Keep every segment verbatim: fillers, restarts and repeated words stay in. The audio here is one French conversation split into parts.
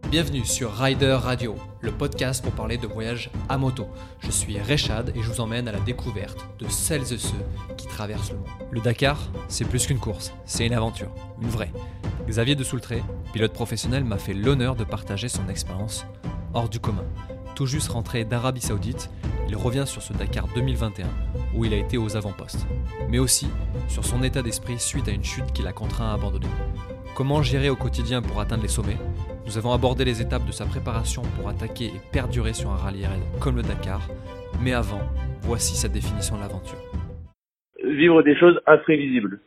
Bienvenue sur Rider Radio, le podcast pour parler de voyage à moto. Je suis Rechad et je vous emmène à la découverte de celles et ceux qui traversent le monde. Le Dakar, c'est plus qu'une course, c'est une aventure, une vraie. Xavier de Soultré, pilote professionnel, m'a fait l'honneur de partager son expérience hors du commun. Tout juste rentré d'Arabie Saoudite, il revient sur ce Dakar deux mille vingt et un où il a été aux avant-postes, mais aussi sur son état d'esprit suite à une chute qui l'a contraint à abandonner. Comment gérer au quotidien pour atteindre les sommets ? Nous avons abordé les étapes de sa préparation pour attaquer et perdurer sur un rallye raid comme le Dakar. Mais avant, voici sa définition de l'aventure. Vivre des choses imprévisibles.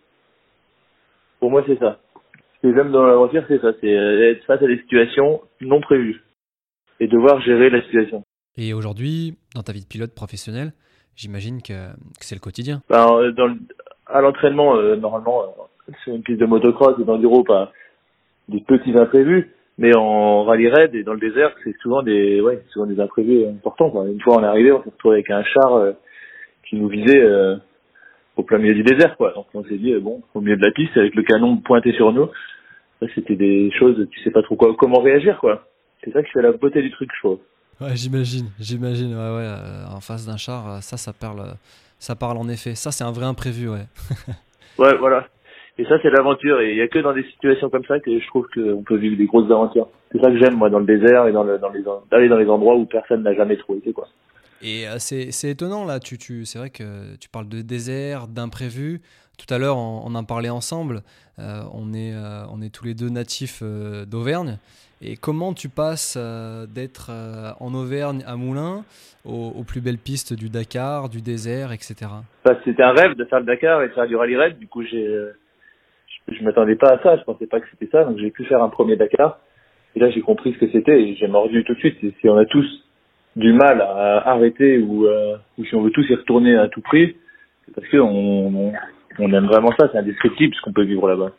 Pour moi, c'est ça. Ce que j'aime dans l'aventure, c'est ça. C'est être face à des situations non prévues et devoir gérer la situation. Et aujourd'hui, dans ta vie de pilote professionnel, j'imagine que, que c'est le quotidien. Ben, dans le, à l'entraînement, euh, normalement, euh, sur une piste de motocross et d'enduro, pas des petits imprévus. Mais en rallye raid et dans le désert, c'est souvent des, ouais, souvent des imprévus importants, quoi. Une fois on est arrivé, on s'est retrouvé avec un char euh, qui nous visait euh, au plein milieu du désert, quoi. Donc on s'est dit, euh, bon, au milieu de la piste, avec le canon pointé sur nous, ça, c'était des choses, tu sais pas trop quoi, comment réagir, quoi. C'est ça qui fait la beauté du truc, je trouve. Ouais, j'imagine, j'imagine, ouais, ouais. Euh, en face d'un char, ça, ça parle, ça parle en effet. Ça, c'est un vrai imprévu, ouais. Ouais, voilà. Et ça, c'est l'aventure. Et il y a que dans des situations comme ça que je trouve qu'on peut vivre des grosses aventures. C'est ça que j'aime, moi, dans le désert et dans, le, dans les, d'aller dans les endroits où personne n'a jamais trop été, quoi. Et euh, c'est, c'est étonnant, là. Tu, tu, c'est vrai que tu parles de désert, d'imprévu. Tout à l'heure, on, on en parlait ensemble. Euh, on, est, euh, on est tous les deux natifs euh, d'Auvergne. Et comment tu passes euh, d'être euh, en Auvergne à Moulins aux, aux plus belles pistes du Dakar, du désert, et cetera. Bah, c'était un rêve de faire le Dakar et de faire du rallye raid. Du coup, j'ai... Euh... Je m'attendais pas à ça, je pensais pas que c'était ça, donc j'ai pu faire un premier Dakar. Et là, j'ai compris ce que c'était et j'ai mordu tout de suite. Et si on a tous du mal à arrêter ou, euh, ou si on veut tous y retourner à tout prix, c'est parce qu'on on, on aime vraiment ça, c'est indescriptible ce qu'on peut vivre là-bas.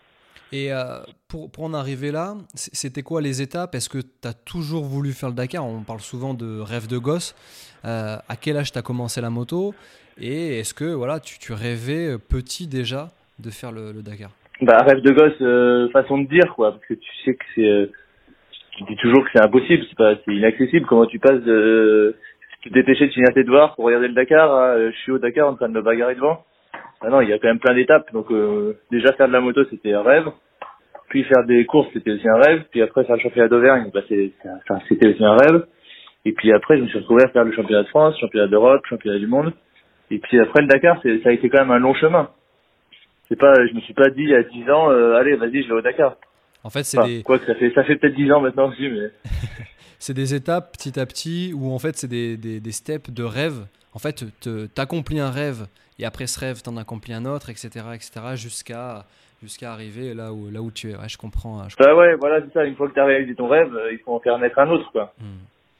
Et euh, pour, pour en arriver là, c'était quoi les étapes ? Est-ce que tu as toujours voulu faire le Dakar ? On parle souvent de rêve de gosse. Euh, à quel âge tu as commencé la moto ? Et est-ce que voilà, tu, tu rêvais petit déjà de faire le, le Dakar ? Bah, rêve de gosse, euh, façon de dire, quoi, parce que tu sais que c'est, euh, tu dis toujours que c'est impossible, c'est pas, c'est inaccessible. Comment tu passes de te dépêcher de finir tes devoirs pour regarder le Dakar, à, euh, je suis au Dakar en train de me bagarrer devant. Ah non, il y a quand même plein d'étapes, donc euh, déjà faire de la moto c'était un rêve, puis faire des courses c'était aussi un rêve, puis après faire le championnat d'Auvergne, bah c'est, enfin, c'était aussi un rêve, et puis après je me suis retrouvé à faire le championnat de France, championnat d'Europe, championnat du monde, et puis après le Dakar, c'est, ça a été quand même un long chemin. C'est pas, je me suis pas dit il y a dix ans, euh, allez, vas-y, je vais au Dakar. En fait, c'est enfin, des... quoi que ça fait, ça fait peut-être dix ans maintenant aussi, mais. c'est des étapes petit à petit où en fait c'est des, des, des steps de rêve. En fait, te, t'accomplis un rêve et après ce rêve, t'en accomplis un autre, et cetera, et cetera, jusqu'à jusqu'à arriver là où là où tu es. Ouais, je comprends. Je comprends. Bah ouais, voilà, c'est ça. Une fois que t'as réalisé ton rêve, il faut en faire naître un autre, quoi. Hmm.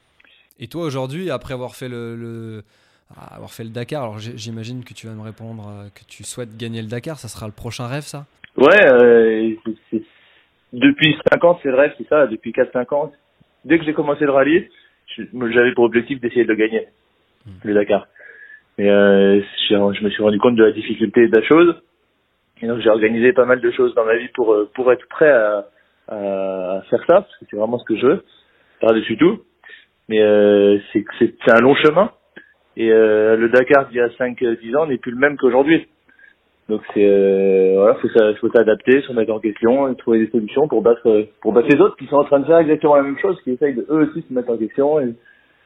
Et toi aujourd'hui, après avoir fait le, le avoir fait le Dakar, alors j'imagine que tu vas me répondre que tu souhaites gagner le Dakar. Ça sera le prochain rêve, ça ? Ouais, euh, c'est, c'est... depuis cinq ans, c'est le rêve, c'est ça. Depuis quatre cinq ans, dès que j'ai commencé le rallye, j'avais pour objectif d'essayer de le gagner, mmh. le Dakar. Et euh, je me suis rendu compte de la difficulté de la chose. Et donc j'ai organisé pas mal de choses dans ma vie pour pour être prêt à, à faire ça, parce que c'est vraiment ce que je veux, par-dessus tout. Mais euh, c'est, c'est, c'est un long chemin. Et euh, le Dakar d'il y a cinq dix ans n'est plus le même qu'aujourd'hui. Donc c'est euh, voilà, faut ça, faut s'adapter, se remettre en question et trouver des solutions pour battre pour battre les autres qui sont en train de faire exactement la même chose, qui essayent de eux aussi se mettre en question et,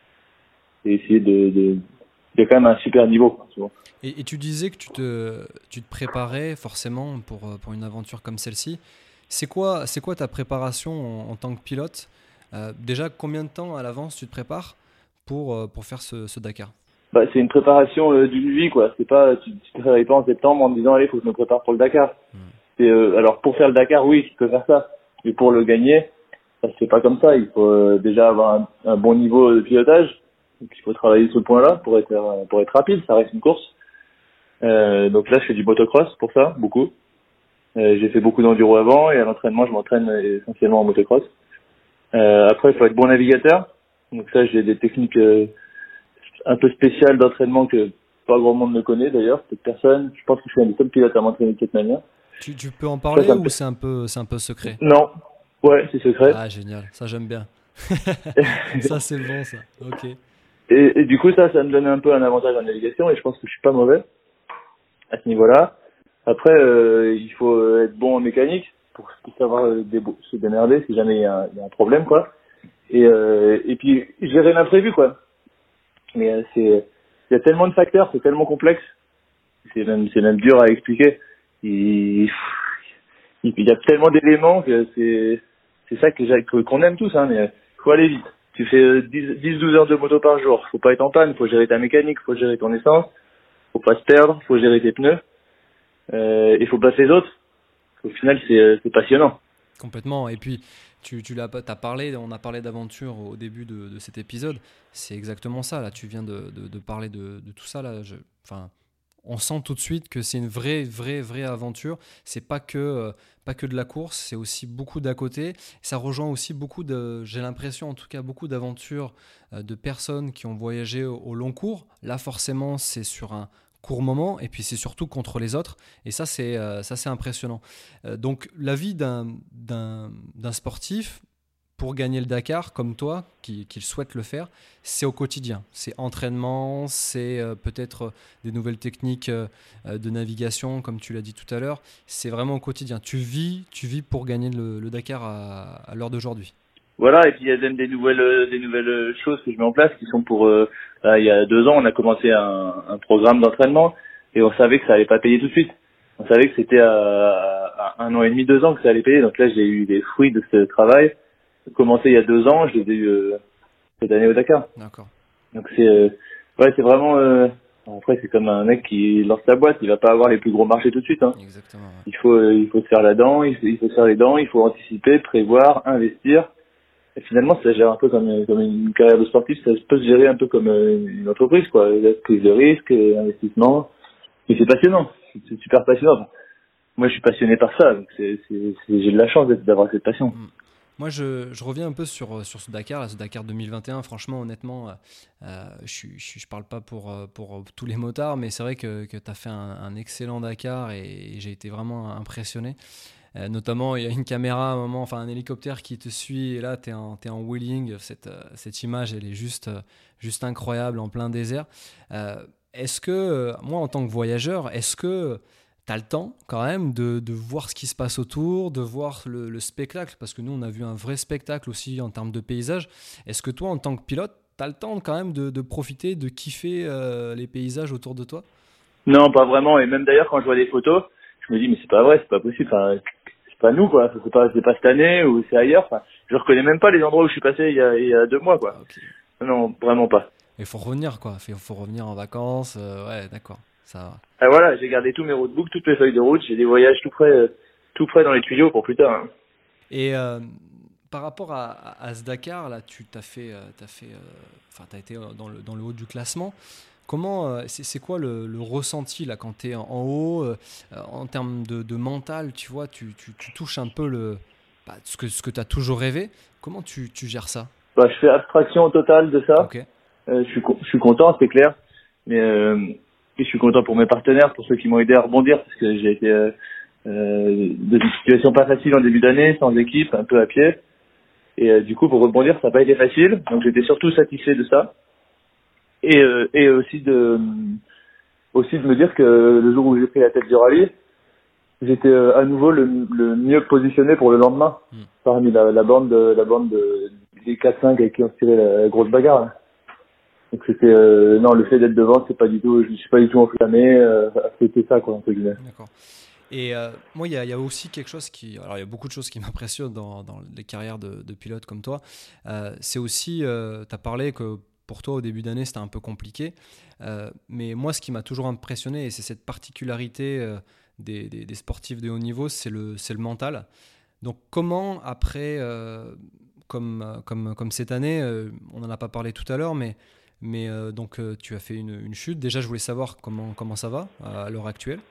et essayer de, de il y a quand même un super niveau, quoi, souvent. Et, et tu disais que tu te tu te préparais forcément pour pour une aventure comme celle-ci. C'est quoi c'est quoi ta préparation en, en tant que pilote ? euh, Déjà, combien de temps à l'avance tu te prépares pour pour faire ce, ce Dakar ? Bah, c'est une préparation euh, d'une vie, quoi. C'est pas, tu, tu te réveilles pas en septembre en te disant, allez, faut que je me prépare pour le Dakar. Mmh. C'est, euh, alors, pour faire le Dakar, oui, tu peux faire ça. Mais pour le gagner, ça se fait pas comme ça. Il faut euh, déjà avoir un, un bon niveau de pilotage. Donc, il faut travailler sur le point-là pour être, euh, pour être rapide. Ça reste une course. Euh, donc là, je fais du motocross pour ça, beaucoup. Euh, j'ai fait beaucoup d'enduro avant et à l'entraînement, je m'entraîne essentiellement en motocross. Euh, après, il faut être bon navigateur. Donc ça, j'ai des techniques, euh, un peu spécial d'entraînement que pas grand monde ne connaît d'ailleurs, peut-être personne. Je pense que je suis un des seuls pilotes à m'entraîner de cette manière. Tu, tu peux en parler ça, ça ou peut... c'est un peu c'est un peu secret ? Non, Ouais, c'est secret. Ah, génial, ça j'aime bien. Ça c'est bon ça, ok. Et, et du coup, ça, ça me donne un peu un avantage en navigation et je pense que je suis pas mauvais à ce niveau-là. Après, euh, il faut être bon en mécanique pour, pour savoir euh, débou- se démerder si jamais il y, a un il y a un problème, quoi. Et, euh, et puis, gérer l'imprévu, quoi. Mais euh, c'est, il y a tellement de facteurs, c'est tellement complexe, c'est même, c'est même dur à expliquer. Il, il y a tellement d'éléments que c'est, c'est ça que j'ai, que- qu'on aime tous, hein, mais faut aller vite. Tu fais euh, dix douze heures de moto par jour, faut pas être en panne, faut gérer ta mécanique, faut gérer ton essence, faut pas se perdre, faut gérer tes pneus, euh, et faut passer les autres. Au final, c'est, euh, c'est passionnant. Complètement. Et puis, tu, tu l'as, t'as parlé, on a parlé d'aventure au début de, de cet épisode. C'est exactement ça. Là, tu viens de, de, de parler de, de tout ça. Là, je, enfin, on sent tout de suite que c'est une vraie, vraie, vraie aventure. C'est pas que, euh, pas que de la course, c'est aussi beaucoup d'à côté. Ça rejoint aussi beaucoup de, j'ai l'impression en tout cas, beaucoup d'aventures euh, de personnes qui ont voyagé au, au long cours. Là, forcément, c'est sur un court moment et puis c'est surtout contre les autres. Et ça, c'est, euh, ça, c'est impressionnant. Euh, donc, la vie d'un, d'un, d'un sportif, pour gagner le Dakar, comme toi, qui, qui souhaite le faire, c'est au quotidien. C'est entraînement, c'est euh, peut-être des nouvelles techniques euh, de navigation, comme tu l'as dit tout à l'heure. C'est vraiment au quotidien. Tu vis, tu vis pour gagner le, le Dakar à, à l'heure d'aujourd'hui. Voilà, et puis il y a même des nouvelles, euh, des nouvelles choses que je mets en place qui sont pour, euh, là, il y a deux ans, on a commencé un, un programme d'entraînement et on savait que ça allait pas payer tout de suite. On savait que c'était à, à un an et demi, deux ans que ça allait payer. Donc là, j'ai eu les fruits de ce travail. Commencé il y a deux ans, je les ai eu euh, cette année au Dakar. D'accord. Donc c'est, euh, ouais, c'est vraiment. Euh, après, c'est comme un mec qui lance sa boîte, il va pas avoir les plus gros marchés tout de suite. Hein. Exactement. Ouais. Il faut, euh, il faut se faire la dent, il faut, il faut se faire les dents, il faut anticiper, prévoir, investir. Et finalement, ça se gère un peu comme, comme une carrière de sportif, ça peut se gérer un peu comme une entreprise, quoi. La prise de risque, investissement. Et c'est passionnant, c'est c'est super passionnant. Moi, je suis passionné par ça, donc c'est, c'est, c'est, j'ai de la chance d'être- d'avoir cette passion. Mm. Moi, je, je reviens un peu sur, sur ce Dakar, là, ce Dakar deux mille vingt et un. Franchement, honnêtement, euh, je ne je, je parle pas pour, pour tous les motards, mais c'est vrai que, que tu as fait un, un excellent Dakar et, et j'ai été vraiment impressionné. Euh, notamment, il y a une caméra à un moment, enfin un hélicoptère qui te suit et là, tu es en, t'es en wheeling. Cette, cette image, elle est juste, juste incroyable en plein désert. Euh, est-ce que, moi, en tant que voyageur, est-ce que tu as le temps quand même de, de voir ce qui se passe autour, de voir le, le spectacle? Parce que nous, on a vu un vrai spectacle aussi en termes de paysage. Est-ce que toi, en tant que pilote, tu as le temps quand même de, de profiter, de kiffer euh, les paysages autour de toi? Non, pas vraiment. Et même d'ailleurs, quand je vois des photos, je me dis, mais c'est pas vrai, c'est pas possible. Enfin, c'est pas nous, quoi. C'est pas, c'est pas cette année ou c'est ailleurs. Enfin, je reconnais même pas les endroits où je suis passé il y a, il y a deux mois, quoi. Okay. Non, vraiment pas. Il faut revenir, quoi. Il faut revenir en vacances. Euh, ouais, d'accord. Ça va. Ah, voilà, j'ai gardé tous mes roadbooks, toutes mes feuilles de route. J'ai des voyages tout près, euh, tout près dans les tuyaux pour plus tard. Hein. Et euh, par rapport à, à, à ce Dakar, là, tu t'as fait, euh, t'as fait, enfin, euh, t'as été dans le, dans le haut du classement. Comment, euh, c'est, c'est quoi le, le ressenti là quand tu es en, en haut, euh, en termes de, de mental, tu vois, tu, tu, tu touches un peu le, bah, ce que, ce que tu as toujours rêvé. Comment tu, tu gères ça? Bah, je fais abstraction totale de ça. Okay. Euh, je suis, je suis content, c'est clair. Mais euh, je suis content pour mes partenaires, pour ceux qui m'ont aidé à rebondir, parce que j'ai été euh, euh, dans une situation pas facile en début d'année, sans équipe, un peu à pied. Et euh, du coup, pour rebondir, ça n'a pas été facile. Donc j'étais surtout satisfait de ça. Et, euh, et aussi de aussi de me dire que le jour où j'ai pris la tête du rallye, j'étais euh, à nouveau le, le mieux positionné pour le lendemain, mm. parmi la, la bande de, la bande de, des quatre cinq avec qui on se tirait la, la grosse bagarre. Là. Donc c'était euh, non, le fait d'être devant, c'est pas du tout, je ne suis pas du tout enflammé, euh, c'était ça quoi entre guillemets. D'accord. Et euh, moi, il y, y a aussi quelque chose qui, alors il y a beaucoup de choses qui m'impressionnent dans, dans les carrières de, de pilotes comme toi. Euh, c'est aussi, euh, tu as parlé que pour toi, au début d'année, c'était un peu compliqué. Euh, mais moi, ce qui m'a toujours impressionné, et c'est cette particularité euh, des, des, des sportifs de haut niveau, c'est le, c'est le mental. Donc, comment, après, euh, comme, comme, comme cette année, euh, on n'en a pas parlé tout à l'heure, mais, mais euh, donc, euh, tu as fait une, une chute. Déjà, je voulais savoir comment, comment ça va à, à l'heure actuelle.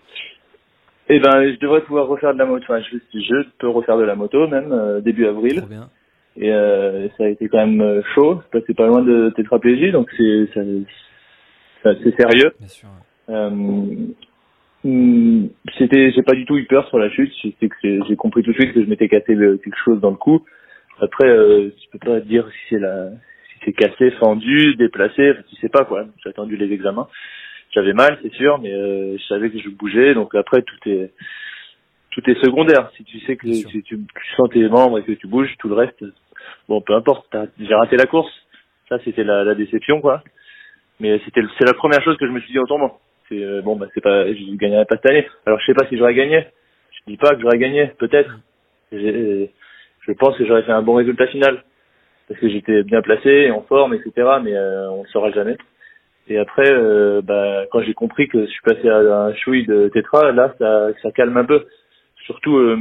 Eh ben, je devrais pouvoir refaire de la moto. Enfin, je, je peux refaire de la moto, même, euh, début avril. Trop bien. Et euh, ça a été quand même chaud, parce que c'est pas loin de tétraplégie, donc c'est ça, ça, c'est sérieux. Bien sûr. Euh, hum, c'était, j'ai pas du tout eu peur sur la chute. C'est que j'ai, j'ai compris tout de suite que je m'étais cassé le, quelque chose dans le cou. Après, euh, je peux pas dire si c'est la, si c'est cassé, fendu, déplacé, enfin, tu sais pas quoi. J'ai attendu les examens. J'avais mal, c'est sûr, mais euh, je savais que je bougeais. Donc après, tout est, tout est secondaire. Si tu sais que si tu, tu sens tes membres et que tu bouges, tout le reste, bon, peu importe. T'as, j'ai raté la course. Ça, c'était la, la déception, quoi. Mais c'était, c'est la première chose que je me suis dit en tombant. C'est euh, bon, bah c'est pas, je gagnerai pas cette année. Alors je sais pas si j'aurais gagné. Je dis pas que j'aurais gagné, peut-être. J'ai, je pense que j'aurais fait un bon résultat final parce que j'étais bien placé, en forme, et cetera. Mais euh, on le saura jamais. Et après, euh, bah quand j'ai compris que je suis passé à un chouï de tétra, là ça, ça calme un peu. Surtout, euh,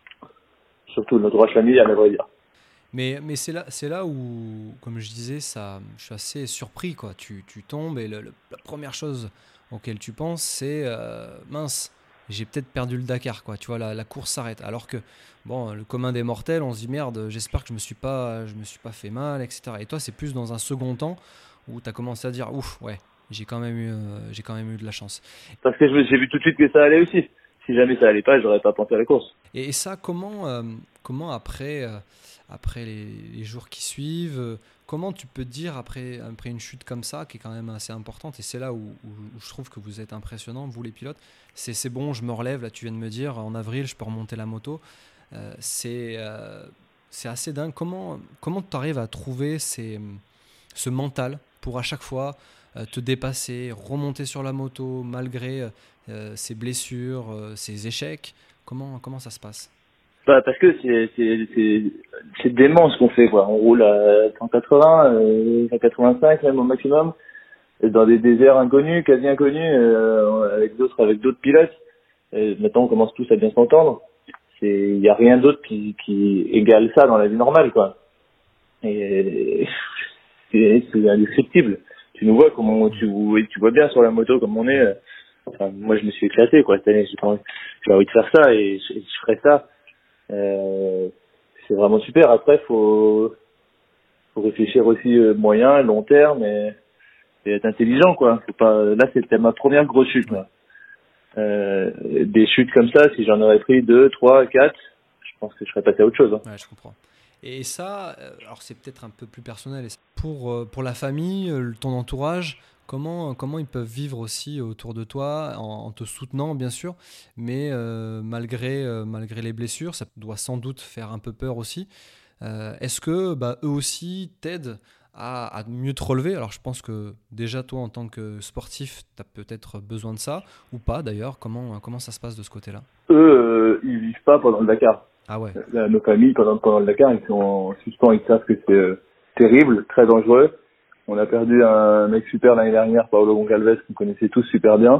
surtout notre roi familial, à vrai dire. Mais, mais c'est là, c'est là où, comme je disais, ça, je suis assez surpris, quoi. Tu, tu tombes et le, le, la première chose auquel tu penses, c'est euh, mince, j'ai peut-être perdu le Dakar, quoi. Tu vois, la, la course s'arrête. Alors que, bon, le commun des mortels, on se dit merde, j'espère que je me suis pas, je me suis pas fait mal, et cetera. Et toi, c'est plus dans un second temps où tu as commencé à dire ouf, ouais, j'ai quand même eu, euh, j'ai quand même eu de la chance. Parce que je, j'ai vu tout de suite que ça allait aussi. Si jamais ça allait pas, j'aurais pas pensé à la course. Et, et ça, comment, euh, comment après, euh, après les, les jours qui suivent, euh, comment tu peux te dire après, après une chute comme ça, qui est quand même assez importante, et c'est là où, où, où je trouve que vous êtes impressionnants, vous les pilotes, c'est, c'est bon, je me relève, là tu viens de me dire, en avril, je peux remonter la moto. Euh, c'est, euh, c'est assez dingue. Comment, comment tu arrives à trouver ces, ce mental pour à chaque fois euh, te dépasser, remonter sur la moto, malgré euh, ses blessures, euh, ses échecs? Comment, comment ça se passe? Bah, parce que c'est, c'est, c'est, c'est dément ce qu'on fait, quoi. On roule à cent quatre-vingts, euh, cent quatre-vingt-cinq même au maximum, dans des déserts inconnus, quasi inconnus, euh, avec d'autres, avec d'autres pilotes. Et maintenant, on commence tous à bien s'entendre. C'est, il y a rien d'autre qui, qui égale ça dans la vie normale, quoi. Et c'est, c'est indescriptible. Tu nous vois comment tu, tu vois bien sur la moto comme on est. Enfin, moi, je me suis éclaté, quoi, cette année. J'ai pas envie, j'ai envie de faire ça et je, je ferai ça. Euh, c'est vraiment super. Après, faut, faut réfléchir aussi euh, moyen, long terme et, et être intelligent, quoi. Faut pas. Là, c'était ma première grosse chute. Là. Euh, des chutes comme ça, si j'en aurais pris deux, trois, quatre, je pense que je serais passé à autre chose. Hein. Ouais, je comprends. Et ça, alors c'est peut-être un peu plus personnel. Pour pour la famille, ton entourage, comment comment ils peuvent vivre aussi autour de toi en, en te soutenant, bien sûr, mais euh, malgré euh, malgré les blessures, ça doit sans doute faire un peu peur aussi. Euh, est-ce que bah, eux aussi t'aident à, à mieux te relever? Alors je pense que déjà toi en tant que sportif, tu as peut-être besoin de ça ou pas d'ailleurs. Comment comment ça se passe de ce côté-là? Eux, euh, ils vivent pas pendant le Dakar. Ah ouais. Là, nos familles pendant pendant le Dakar, ils sont en suspens, ils savent que c'est euh, terrible, très dangereux. On a perdu un mec super l'année dernière, Paolo Goncalves, qu'on connaissait tous super bien.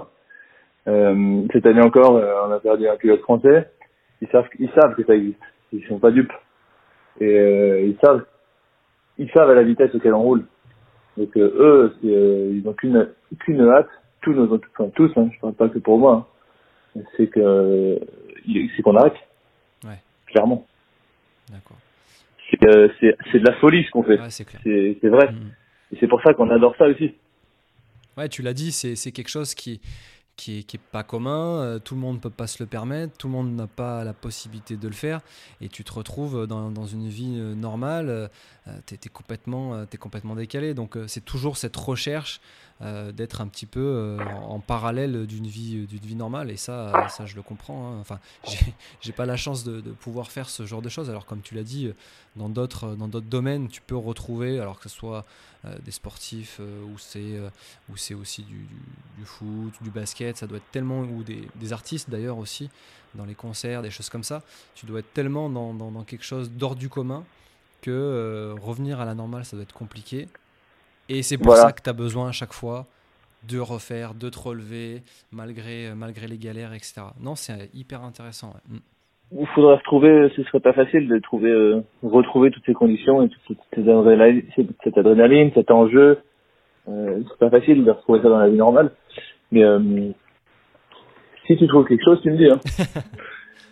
Euh, cette année encore, euh, on a perdu un pilote français. Ils savent, ils savent que ça existe. Ils sont pas dupes. Et euh, ils savent, ils savent à la vitesse auquel on roule. Donc euh, eux, c'est, euh, ils n'ont qu'une qu'une hâte. Tous nos, enfin tous, hein, je parle pas que pour moi. Hein, c'est que, euh, c'est qu'on arrête. Ouais. Clairement. D'accord. C'est, euh, c'est, c'est de la folie ce qu'on fait. Ouais, c'est clair. C'est, c'est vrai. Mmh. Et c'est pour ça qu'on adore ça aussi. Ouais, tu l'as dit, c'est, c'est quelque chose qui, qui est, qui est pas commun. Euh, tout le monde peut pas se le permettre. Tout le monde n'a pas la possibilité de le faire. Et tu te retrouves dans, dans une vie euh, normale. Euh, t'es, t'es complètement, euh, t'es complètement décalé. Donc euh, c'est toujours cette recherche euh, d'être un petit peu euh, en, en parallèle d'une vie, d'une vie normale. Et ça, ça je le comprends. Hein. Enfin, j'ai, j'ai pas la chance de, de pouvoir faire ce genre de choses. Alors comme tu l'as dit, dans d'autres, dans d'autres domaines, tu peux retrouver, alors que ce soit euh, des sportifs euh, où c'est, euh, où c'est aussi du, du, du foot, du basket, ça doit être tellement, ou des, des artistes d'ailleurs aussi, dans les concerts, des choses comme ça, tu dois être tellement dans, dans, dans quelque chose d'hors du commun que euh, revenir à la normale, ça doit être compliqué. Et c'est pour voilà. ça que tu as besoin à chaque fois de refaire, de te relever, malgré, malgré les galères, et cetera. Non, c'est hyper intéressant. Ouais. Il faudrait retrouver, ce serait pas facile de trouver, euh, retrouver toutes ces conditions et toute cette adrénaline, cette adrénaline, cet enjeu. Euh, c'est pas facile de retrouver ça dans la vie normale. Mais euh, si tu trouves quelque chose, tu me dis. Hein.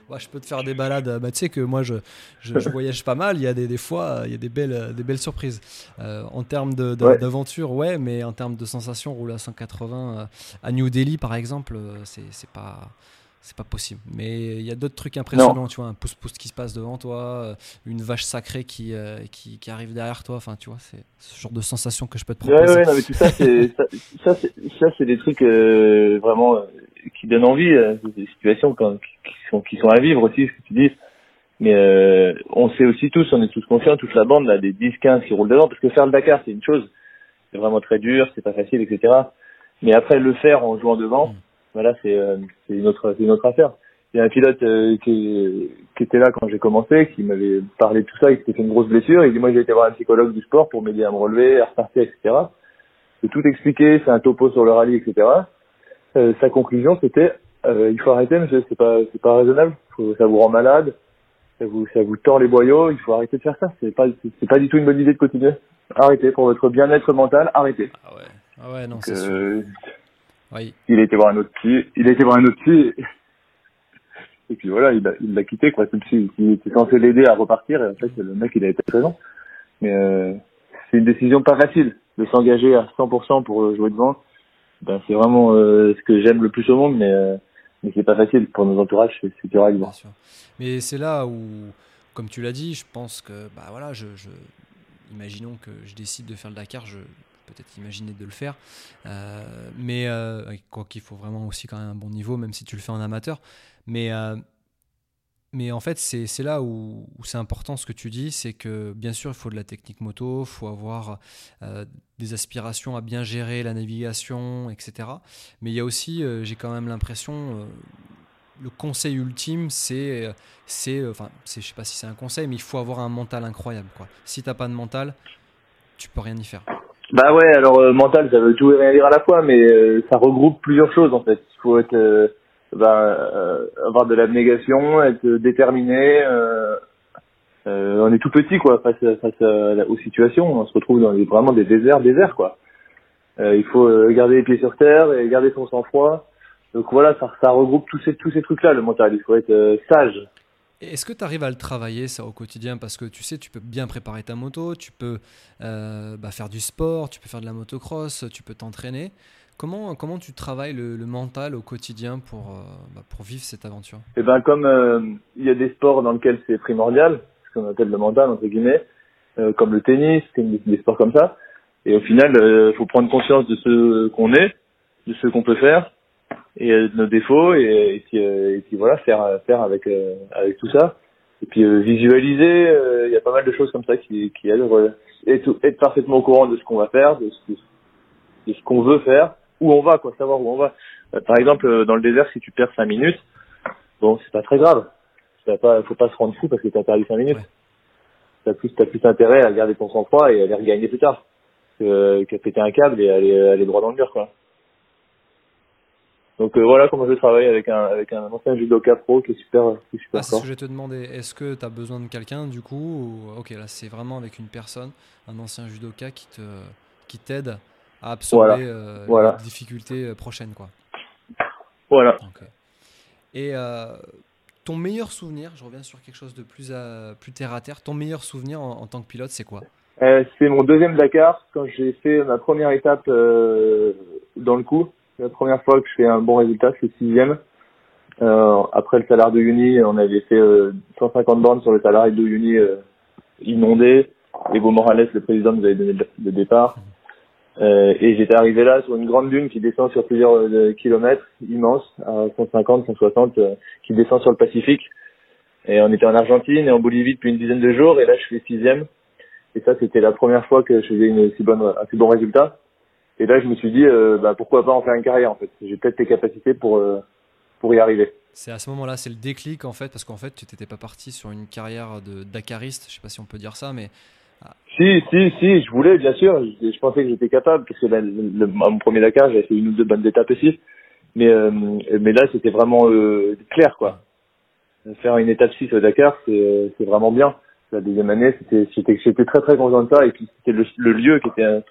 Ouais, je peux te faire des balades. Bah, tu sais que moi, je, je, je voyage pas mal. Il y a des, des fois, il y a des belles, des belles surprises. Euh, en termes de, de, Ouais. d'aventure, ouais, mais en termes de sensations, rouler à cent quatre-vingts euh, à New Delhi, par exemple, euh, c'est, c'est pas, c'est pas possible. Mais il y a d'autres trucs impressionnants, Non. tu vois, un pouce-pouce qui se passe devant toi, euh, une vache sacrée qui, euh, qui, qui arrive derrière toi. Enfin, tu vois, c'est ce genre de sensation que je peux te Ouais, proposer. ouais, non, mais tout ça, c'est ça, ça, c'est, ça, c'est des trucs euh, vraiment euh, qui donnent envie. Euh, c'est des situations quand, qui sont qui sont à vivre aussi, ce que tu dis. Mais euh, on sait aussi tous, on est tous conscients, toute la bande là, des dix quinze qui roulent devant, parce que faire le Dakar, c'est une chose, c'est vraiment très dur, c'est pas facile, et cetera. Mais après le faire en jouant devant, Mm. voilà, c'est euh, c'est une autre c'est une autre affaire. Il y a un pilote euh, qui, qui était là quand j'ai commencé, qui m'avait parlé de tout ça, il s'était fait une grosse blessure. Il dit moi j'ai été voir un psychologue du sport pour m'aider à me relever, à repartir, et cetera. J'ai tout expliqué, c'est un topo sur le rallye, et cetera. Euh, sa conclusion c'était euh, il faut arrêter, monsieur, c'est pas c'est pas raisonnable, faut, ça vous rend malade, ça vous ça vous tord les boyaux, il faut arrêter de faire ça. C'est pas c'est, c'est pas du tout une bonne idée de continuer. Arrêtez pour votre bien-être mental, arrêtez. Ah ouais, ah ouais, non, Donc, c'est sûr. euh, Oui. il a été voir un autre psy, il a été voir un autre psy. Et puis voilà, il l'a il l'a quitté, quoi. Même s'il il était censé l'aider à repartir, et en fait, le mec, il a été présent. Mais euh, c'est une décision pas facile de s'engager à cent pour cent pour euh, jouer devant. Ben, c'est vraiment euh, ce que j'aime le plus au monde, mais, euh, mais c'est pas facile. Pour nos entourages, c'est, c'est dur à Bien vivre. sûr. Mais c'est là où, comme tu l'as dit, je pense que, bah voilà, je, je, imaginons que je décide de faire le Dakar, je peux peut-être imaginer de le faire, euh, mais euh, quoi qu'il faut vraiment aussi quand même un bon niveau, même si tu le fais en amateur. Mais euh, mais en fait, c'est, c'est là où, où c'est important ce que tu dis, c'est que bien sûr, il faut de la technique moto, il faut avoir euh, des aspirations à bien gérer la navigation, et cetera. Mais il y a aussi, euh, j'ai quand même l'impression, euh, le conseil ultime, c'est, euh, c'est, euh, enfin, c'est, je sais pas si c'est un conseil, mais il faut avoir un mental incroyable, quoi. Si t'as pas de mental, tu peux rien y faire. Bah ouais, alors euh, mental, ça veut tout et rien dire à la fois, mais euh, ça regroupe plusieurs choses en fait. Il faut être, euh, bah, euh, avoir de l'abnégation, être déterminé. Euh, euh, on est tout petit quoi face, à- face à la- aux situations. On se retrouve dans des, vraiment des déserts, déserts quoi. Euh, il faut euh, garder les pieds sur terre et garder son sang-froid. Donc voilà, ça, ça regroupe tous ces tous ces trucs-là, le mental. Il faut être euh, sage. Et est-ce que tu arrives à le travailler ça au quotidien? Parce que tu sais, tu peux bien préparer ta moto, tu peux euh, bah, faire du sport, tu peux faire de la motocross, tu peux t'entraîner. Comment, comment tu travailles le, le mental au quotidien pour, euh, bah, pour vivre cette aventure? Et ben comme euh, il y a des sports dans lesquels c'est primordial, ce qu'on appelle le mental entre guillemets, euh, comme le tennis, des, des sports comme ça. Et au final, il euh, faut prendre conscience de ce qu'on est, de ce qu'on peut faire, et euh, de nos défauts, et, et puis, euh, et puis voilà, faire faire avec euh, avec tout ça. Et puis euh, visualiser, euh, il y a pas mal de choses comme ça qui qui aident. euh, être, être parfaitement au courant de ce qu'on va faire, de ce, de ce qu'on veut faire, où on va, quoi, savoir où on va. Euh, par exemple, euh, dans le désert, si tu perds cinq minutes, bon, c'est pas très grave. Ça pas, faut pas se rendre fou parce que t'as perdu cinq minutes. Ouais. T'as plus, t'as plus intérêt à garder ton sang-froid et à les regagner plus tard que, qu'à péter un câble et aller, aller droit dans le mur, quoi. Donc euh, voilà comment je travaille avec un, avec un ancien judoka pro qui est super, qui est super Ah, c'est ce que fort. je vais te demander. Est-ce que tu as besoin de quelqu'un du coup ou... Ok, là c'est vraiment avec une personne, un ancien judoka qui te, qui t'aide à Voilà, absorber euh, les voilà, difficultés euh, prochaines, quoi. voilà. Ok. Et euh, ton meilleur souvenir, je reviens sur quelque chose de plus, à, plus terre à terre, ton meilleur souvenir en, en tant que pilote, c'est quoi? Euh, c'est mon deuxième Dakar quand j'ai fait ma première étape euh, dans le coup. C'est la première fois que je fais un bon résultat, c'est sixième. Euh, après le Salar de Uyuni, on avait fait euh, cent cinquante bornes sur le Salar de Uyuni euh, inondé. Evo Morales, le président, nous avait donné le, le départ. Euh, et j'étais arrivé là sur une grande dune qui descend sur plusieurs euh, kilomètres, immense, à cent cinquante, cent soixante, euh, qui descend sur le Pacifique. Et on était en Argentine et en Bolivie depuis une dizaine de jours. Et là, je fais sixième. Et ça, c'était la première fois que je faisais une si bonne, un si bon résultat. Et là, je me suis dit, euh, bah, pourquoi pas en faire une carrière, en fait. J'ai peut-être les capacités pour, euh, pour y arriver. C'est à ce moment-là, c'est le déclic en fait, parce qu'en fait, tu t'étais pas parti sur une carrière de Dakariste, je sais pas si on peut dire ça, mais ah, Si, si, si, je voulais, bien sûr. Je, je pensais que j'étais capable, parce que là, le, le- mon premier Dakar, j'avais fait une ou deux bonnes étapes aussi. Mais, euh, mais là, c'était vraiment euh, clair, hmm, quoi. Faire une étape six au Dakar, c'est, euh, c'est vraiment bien. La deuxième année, c'était, j'étais, j'étais très très content de ça. Et puis, c'était le, le lieu qui était,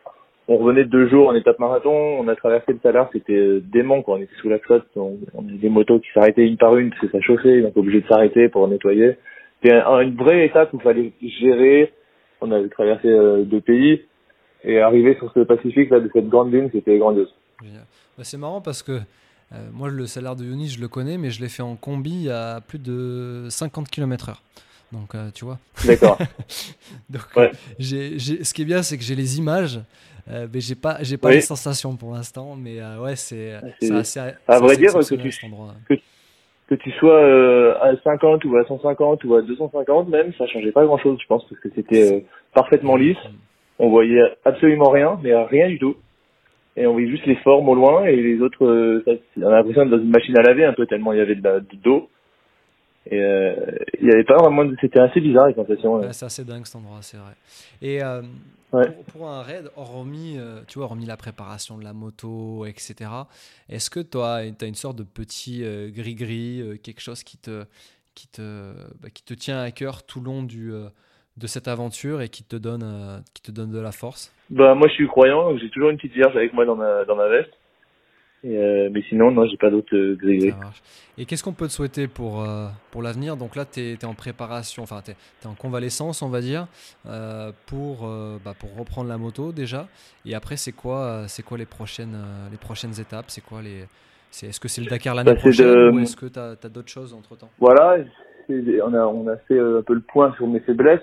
on revenait de deux jours en étape marathon, on a traversé le Salar, c'était euh, dément, quoi. On était sous la flotte, on, on avait des motos qui s'arrêtaient une par une parce que ça chauffait, donc obligé de s'arrêter pour nettoyer. C'était un, une vraie étape où il fallait gérer. On avait traversé euh, deux pays et arriver sur ce Pacifique là de cette grande dune, c'était grandiose. Bah, c'est marrant parce que euh, moi le Salar de Uyuni je le connais, mais je l'ai fait en combi à plus de cinquante kilomètres heure. Donc euh, tu vois. D'accord. Donc ouais. euh, j'ai, j'ai, ce qui est bien c'est que j'ai les images, euh, mais j'ai pas j'ai pas oui. les sensations pour l'instant. Mais euh, ouais c'est c'est, c'est assez. À c'est vrai assez dire que tu que, que tu sois euh, à cinquante ou à cent cinquante ou à deux cent cinquante même, ça changeait pas grand chose, je pense, parce que c'était euh, parfaitement lisse. On voyait absolument rien, mais rien du tout. Et on voyait juste les formes au loin et les autres, euh, ça, on a l'impression d'être dans une machine à laver un peu tellement il y avait de la, de d'eau. Et euh, il y avait pas vraiment, de... c'était assez bizarre les sensations. Ouais, c'est assez dingue cet endroit, c'est vrai. Et euh, ouais. pour, pour un raid, hormis, euh, tu vois, hormis la préparation de la moto, et cetera, est-ce que toi, tu as une sorte de petit euh, gris-gris, euh, quelque chose qui te, qui, te, bah, qui te tient à cœur tout le long du, euh, de cette aventure et qui te donne, euh, qui te donne de la force? Bah moi je suis croyant, donc j'ai toujours une petite vierge avec moi dans ma, dans ma veste. Et euh, mais sinon, non, j'ai pas d'autres euh, gris-gris. Ça marche. Et qu'est-ce qu'on peut te souhaiter pour, euh, pour l'avenir? Donc là, tu es en préparation, enfin, tu es en convalescence, on va dire, euh, pour, euh, bah, pour reprendre la moto déjà. Et après, c'est quoi, c'est quoi les, prochaines, euh, les prochaines étapes? C'est quoi les... c'est, est-ce que c'est le Dakar l'année bah, prochaine de... ou est-ce que tu as d'autres choses entre-temps? Voilà, c'est, on, a, on a fait un peu le point sur mes faiblesses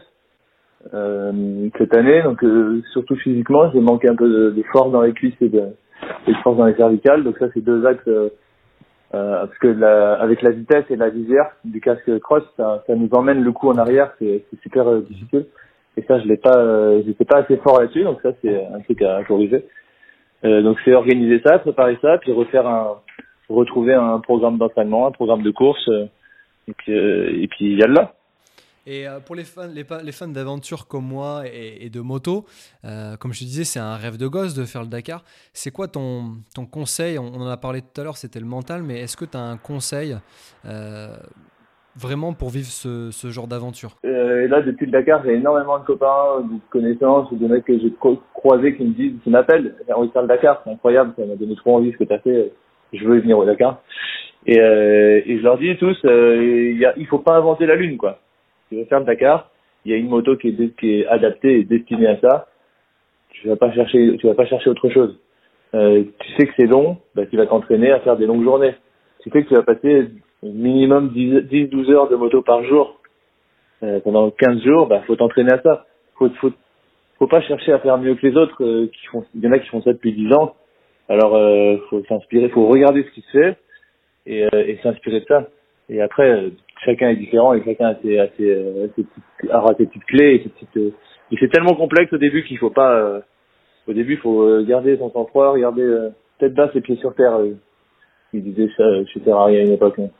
euh, cette année. Donc, euh, surtout physiquement, j'ai manqué un peu de, de force dans les cuisses et de, et de force dans les cervicales. Donc ça, c'est deux axes... Euh, Euh, parce que la, avec la vitesse et la visière du casque cross, ça, ça nous emmène le coup en arrière, c'est, c'est super euh, difficile. Et ça, je l'ai pas, euh, j'étais pas assez fort là-dessus, donc ça, c'est un truc à, à corriger. Euh, donc c'est organiser ça, préparer ça, puis refaire un, retrouver un programme d'entraînement, un programme de course, euh, et puis euh, et puis yallah. Et euh, pour les fans, les, les fans d'aventure comme moi et, et de moto, euh, comme je te disais, c'est un rêve de gosse de faire le Dakar. C'est quoi ton, ton conseil? On, on en a parlé tout à l'heure, c'était le mental, mais est-ce que tu as un conseil euh, vraiment pour vivre ce, ce genre d'aventure? euh, Et là, depuis le Dakar, j'ai énormément de copains, de connaissances, de mecs que j'ai croisés qui me disent, qui m'appellent, j'ai envie de faire le Dakar, c'est incroyable, ça m'a donné trop envie ce que tu as fait, je veux venir au Dakar. Et, euh, et je leur dis tous, euh, y a, il faut pas inventer la lune, quoi. Tu veux faire le Dakar, il y a une moto qui est, qui est adaptée et destinée à ça. Tu vas pas chercher, tu vas pas chercher autre chose. Euh, tu sais que c'est long, bah, tu vas t'entraîner à faire des longues journées. Tu sais que tu vas passer minimum dix douze heures de moto par jour euh, pendant quinze jours, bah faut t'entraîner à ça. Faut, faut, faut pas chercher à faire mieux que les autres. Euh, qui font, il y en a qui font ça depuis dix ans. Alors euh, faut s'inspirer, faut regarder ce qui se fait et, euh, et s'inspirer de ça. Et après, euh, chacun est différent et chacun a ses, a ses, a ses petites, aura ses petites clés et ses petites, euh, et c'est tellement complexe au début qu'il faut pas, euh, au début, il faut euh, garder son sang-froid, regarder euh, tête basse et pieds sur terre. Euh, il disait ça euh, chez Ferrari à une époque. Hein.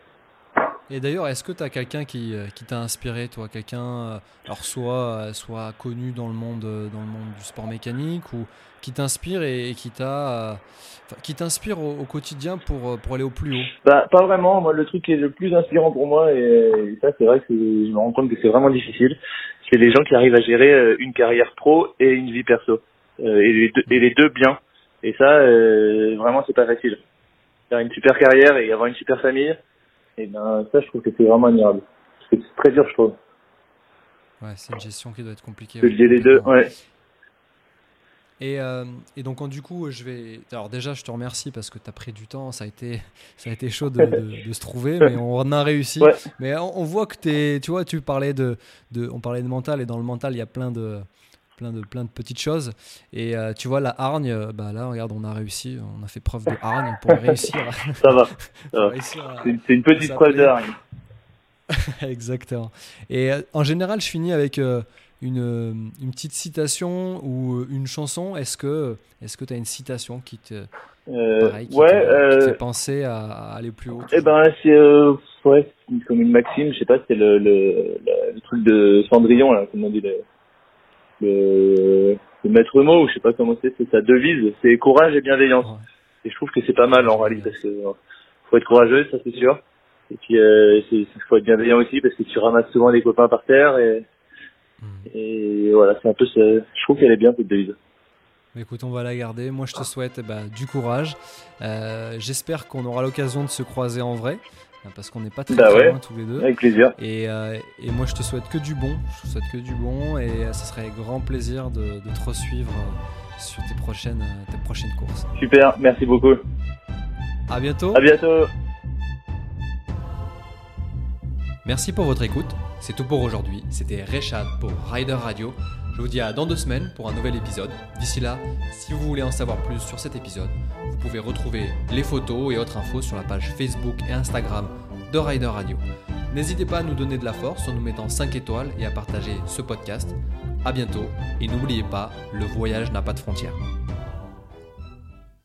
Et d'ailleurs, est-ce que tu as quelqu'un qui, qui t'a inspiré, toi, quelqu'un, alors soit, soit connu dans le monde, dans le monde du sport mécanique ou qui t'inspire et, et qui t'a, enfin, qui t'inspire au, au quotidien pour, pour aller au plus haut? Bah, pas vraiment. Moi, le truc qui est le plus inspirant pour moi, et, et ça, c'est vrai que je me rends compte que c'est vraiment difficile, c'est les gens qui arrivent à gérer une carrière pro et une vie perso. Euh, et, les deux, et les deux bien. Et ça, euh, vraiment, c'est pas facile. Faire une super carrière et avoir une super famille, et ben ça, je trouve que c'est vraiment admirable. C'est très dur, je trouve. Ouais, c'est une gestion qui doit être compliquée. De lier les deux, ouais. Et, euh, et donc, du coup, je vais. Alors, déjà, je te remercie parce que tu as pris du temps. Ça a été, ça a été chaud de, de, de se trouver, mais on a réussi. Ouais. Mais on, on voit que t'es, tu vois, tu parlais de, de. On parlait de mental, et dans le mental, il y a plein de. Plein de, plein de petites choses. Et euh, tu vois, la hargne, bah là, regarde, on a réussi. On a fait preuve de hargne pour réussir. Ça va. Ça va. À... C'est, c'est une petite preuve de hargne. Exactement. Et euh, en général, je finis avec euh, une, une petite citation ou une chanson. Est-ce que est-ce que tu as une citation qui te, euh, pareil, qui ouais, te, euh, qui te fait penser à, à aller plus haut? Eh ben, c'est euh, ouais, comme une maxime. Je sais pas, c'est le, le, le, le truc de Cendrillon, là, comment on dit, le, le, le maître mot, ou je sais pas comment c'est, c'est sa devise, c'est courage et bienveillance. Ouais. Et je trouve que c'est pas mal en rallye, parce que euh, faut être courageux, ça c'est sûr. Et puis euh, c'est, faut être bienveillant aussi, parce que tu ramasses souvent des copains par terre, et, mmh. et voilà, c'est un peu ça. Je trouve qu'elle est bien cette devise. Écoute, on va la garder. Moi, je te souhaite bah, du courage. Euh, j'espère qu'on aura l'occasion de se croiser en vrai, parce qu'on n'est pas très, bah très ouais, loin tous les deux. Avec plaisir. Et, euh, et moi, je te souhaite que du bon. Je te souhaite que du bon, et euh, ça serait grand plaisir de, de te resuivre euh, sur tes prochaines, tes prochaines courses. Super, merci beaucoup. À bientôt. À bientôt. Merci pour votre écoute. C'est tout pour aujourd'hui. C'était Rechad pour Rider Radio. Je vous dis à dans deux semaines pour un nouvel épisode. D'ici là, si vous voulez en savoir plus sur cet épisode, vous pouvez retrouver les photos et autres infos sur la page Facebook et Instagram de Rider Radio. N'hésitez pas à nous donner de la force en nous mettant cinq étoiles et à partager ce podcast. À bientôt et n'oubliez pas, le voyage n'a pas de frontières.